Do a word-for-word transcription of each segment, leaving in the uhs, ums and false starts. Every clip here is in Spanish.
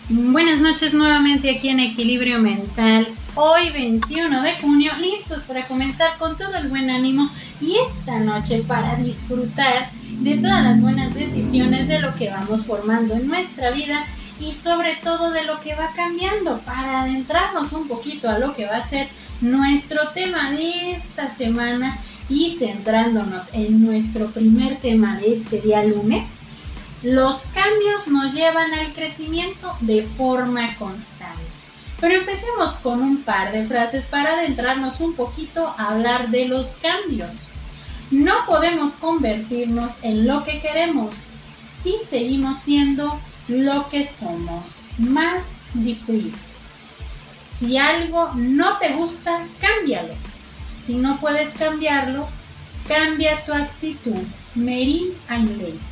Buenas noches nuevamente aquí en Equilibrio Mental, hoy veintiuno de junio, listos para comenzar con todo el buen ánimo y esta noche para disfrutar de todas las buenas decisiones de lo que vamos formando en nuestra vida y sobre todo de lo que va cambiando para adentrarnos un poquito a lo que va a ser nuestro tema de esta semana y centrándonos en nuestro primer tema de este día lunes. Los cambios nos llevan al crecimiento de forma constante. Pero empecemos con un par de frases para adentrarnos un poquito a hablar de los cambios. No podemos convertirnos en lo que queremos si seguimos siendo lo que somos. Más difícil. Si algo no te gusta, cámbialo. Si no puedes cambiarlo, cambia tu actitud. Merin Ainley.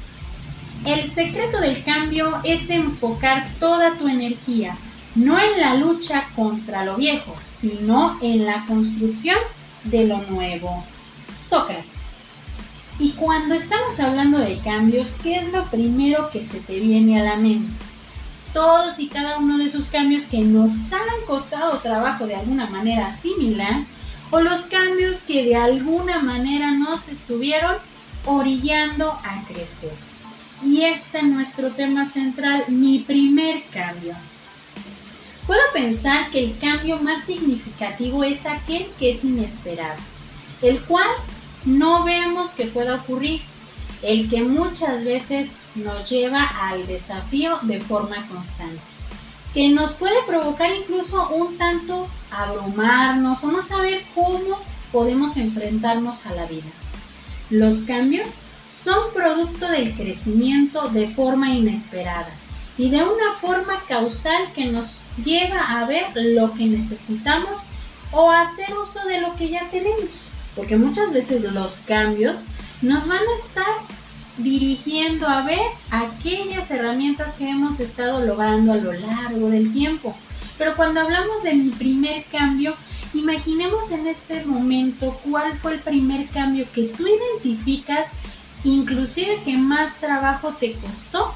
El secreto del cambio es enfocar toda tu energía, no en la lucha contra lo viejo, sino en la construcción de lo nuevo. Sócrates. Y cuando estamos hablando de cambios, ¿qué es lo primero que se te viene a la mente? Todos y cada uno de esos cambios que nos han costado trabajo de alguna manera similar, o los cambios que de alguna manera nos estuvieron orillando a crecer. Y este es nuestro tema central, mi primer cambio. Puedo pensar que el cambio más significativo es aquel que es inesperado, el cual no vemos que pueda ocurrir, el que muchas veces nos lleva al desafío de forma constante, que nos puede provocar incluso un tanto abrumarnos o no saber cómo podemos enfrentarnos a la vida. Los cambios son producto del crecimiento de forma inesperada y de una forma causal que nos lleva a ver lo que necesitamos o a hacer uso de lo que ya tenemos, porque muchas veces los cambios nos van a estar dirigiendo a ver aquellas herramientas que hemos estado logrando a lo largo del tiempo. Pero cuando hablamos de mi primer cambio, imaginemos en este momento cuál fue el primer cambio que tú identificas, inclusive que más trabajo te costó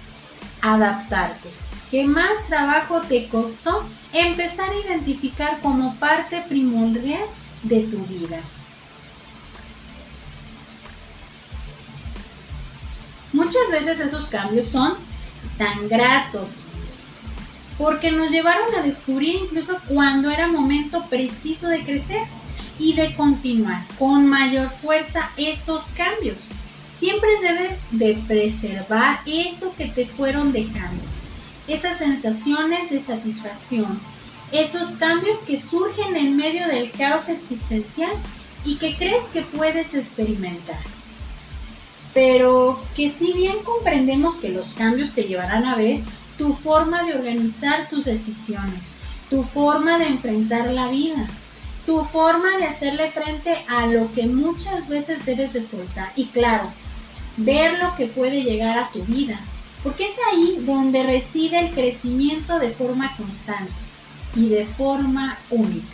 adaptarte, que más trabajo te costó empezar a identificar como parte primordial de tu vida. Muchas veces esos cambios son tan gratos porque nos llevaron a descubrir incluso cuando era momento preciso de crecer y de continuar con mayor fuerza esos cambios. Siempre debes de preservar eso que te fueron dejando, esas sensaciones de satisfacción, esos cambios que surgen en medio del caos existencial y que crees que puedes experimentar. Pero que si bien comprendemos que los cambios te llevarán a ver tu forma de organizar tus decisiones, tu forma de enfrentar la vida, tu forma de hacerle frente a lo que muchas veces debes de soltar y claro, ver lo que puede llegar a tu vida, porque es ahí donde reside el crecimiento de forma constante y de forma única.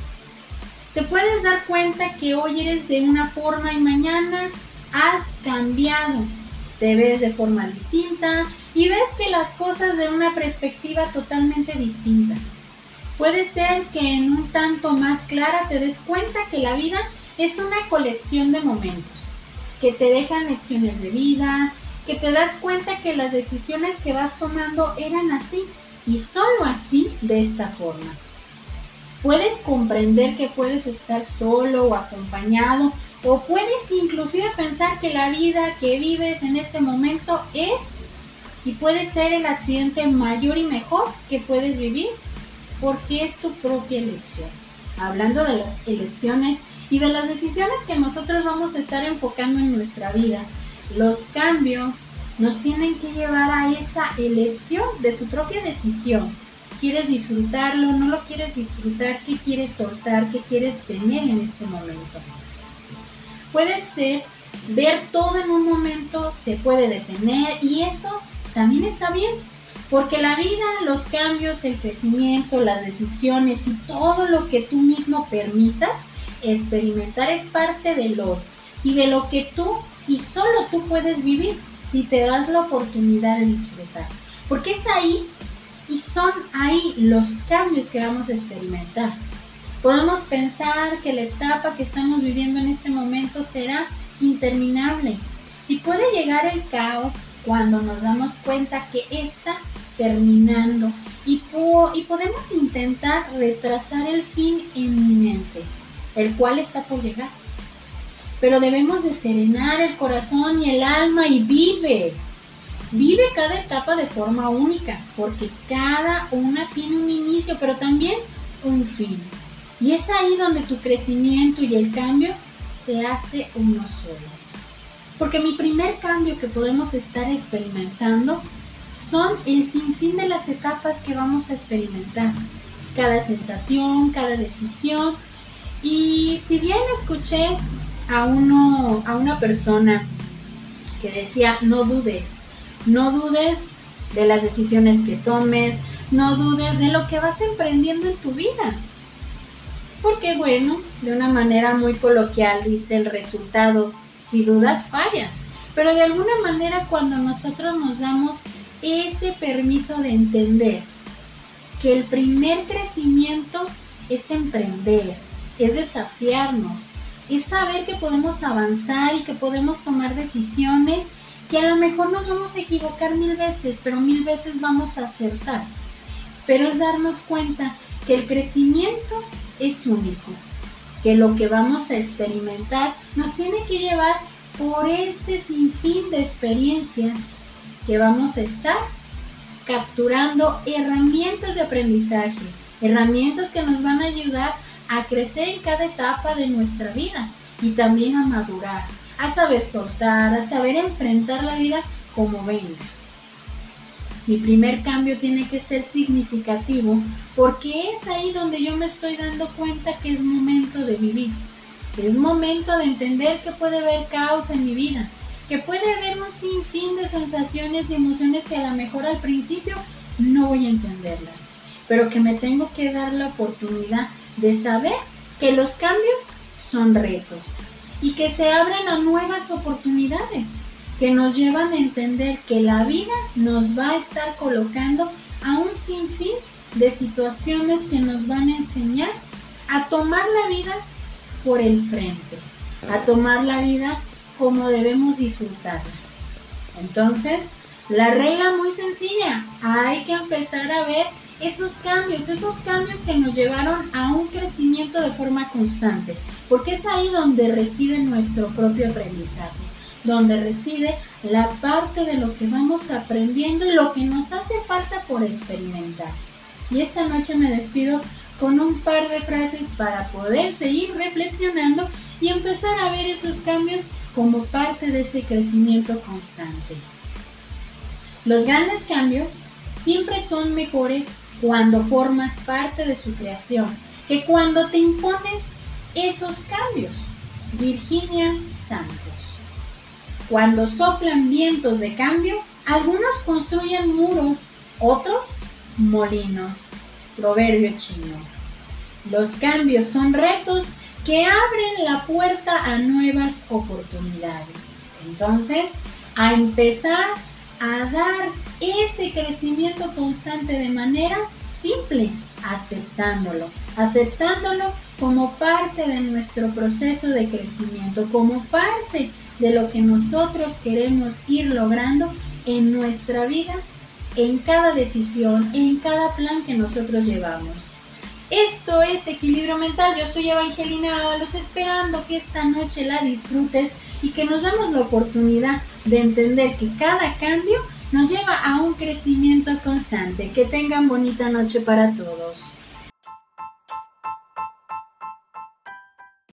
Te puedes dar cuenta que hoy eres de una forma y mañana has cambiado, te ves de forma distinta y ves que las cosas de una perspectiva totalmente distinta. Puede ser que en un tanto más clara te des cuenta que la vida es una colección de momentos, que te dejan lecciones de vida, que te das cuenta que las decisiones que vas tomando eran así y solo así de esta forma. Puedes comprender que puedes estar solo o acompañado o puedes inclusive pensar que la vida que vives en este momento es y puede ser el accidente mayor y mejor que puedes vivir porque es tu propia elección. Hablando de las elecciones y de las decisiones que nosotros vamos a estar enfocando en nuestra vida, los cambios nos tienen que llevar a esa elección de tu propia decisión. ¿Quieres disfrutarlo? ¿No lo quieres disfrutar? ¿Qué quieres soltar? ¿Qué quieres tener en este momento? Puede ser ver todo en un momento, se puede detener y eso también está bien, porque la vida, los cambios, el crecimiento, las decisiones y todo lo que tú mismo permitas experimentar es parte de lo y de lo que tú y solo tú puedes vivir si te das la oportunidad de disfrutar. Porque es ahí y son ahí los cambios que vamos a experimentar. Podemos pensar que la etapa que estamos viviendo en este momento será interminable y puede llegar el caos cuando nos damos cuenta que está terminando y, po- y podemos intentar retrasar el fin inminente, el cual está por llegar. Pero debemos de serenar el corazón y el alma y vive. Vive cada etapa de forma única, porque cada una tiene un inicio, pero también un fin. Y es ahí donde tu crecimiento y el cambio se hace uno solo. Porque mi primer cambio que podemos estar experimentando son el sinfín de las etapas que vamos a experimentar. Cada sensación, cada decisión. Y si bien escuché a, uno, a una persona que decía, no dudes, no dudes de las decisiones que tomes, no dudes de lo que vas emprendiendo en tu vida. Porque bueno, de una manera muy coloquial dice el resultado, si dudas fallas. Pero de alguna manera cuando nosotros nos damos ese permiso de entender que el primer crecimiento es emprender, es desafiarnos, es saber que podemos avanzar y que podemos tomar decisiones que a lo mejor nos vamos a equivocar mil veces, pero mil veces vamos a acertar. Pero es darnos cuenta que el crecimiento es único, que lo que vamos a experimentar nos tiene que llevar por ese sinfín de experiencias que vamos a estar capturando herramientas de aprendizaje, herramientas que nos van a ayudar a crecer en cada etapa de nuestra vida y también a madurar, a saber soltar, a saber enfrentar la vida como venga. Mi primer cambio tiene que ser significativo porque es ahí donde yo me estoy dando cuenta que es momento de vivir. Es momento de entender que puede haber caos en mi vida, que puede haber un sinfín de sensaciones y emociones que a lo mejor al principio no voy a entenderlas, pero que me tengo que dar la oportunidad de saber que los cambios son retos y que se abren a nuevas oportunidades que nos llevan a entender que la vida nos va a estar colocando a un sinfín de situaciones que nos van a enseñar a tomar la vida por el frente, a tomar la vida como debemos disfrutarla. Entonces, la regla muy sencilla, hay que empezar a ver esos cambios, esos cambios que nos llevaron a un crecimiento de forma constante, porque es ahí donde reside nuestro propio aprendizaje, donde reside la parte de lo que vamos aprendiendo y lo que nos hace falta por experimentar. Y esta noche me despido con un par de frases para poder seguir reflexionando y empezar a ver esos cambios como parte de ese crecimiento constante. Los grandes cambios siempre son mejores cuando formas parte de su creación que cuando te impones esos cambios. Virginia Santos. Cuando soplan vientos de cambio, algunos construyen muros, otros molinos. Proverbio chino. Los cambios son retos que abren la puerta a nuevas oportunidades. Entonces, a empezar a dar ese crecimiento constante de manera simple, aceptándolo, aceptándolo como parte de nuestro proceso de crecimiento, como parte de lo que nosotros queremos ir logrando en nuestra vida, en cada decisión, en cada plan que nosotros llevamos. Esto es Equilibrio Mental. Yo soy Evangelina Ábalos, esperando que esta noche la disfrutes y que nos demos la oportunidad de entender que cada cambio nos lleva a un crecimiento constante. Que tengan bonita noche para todos.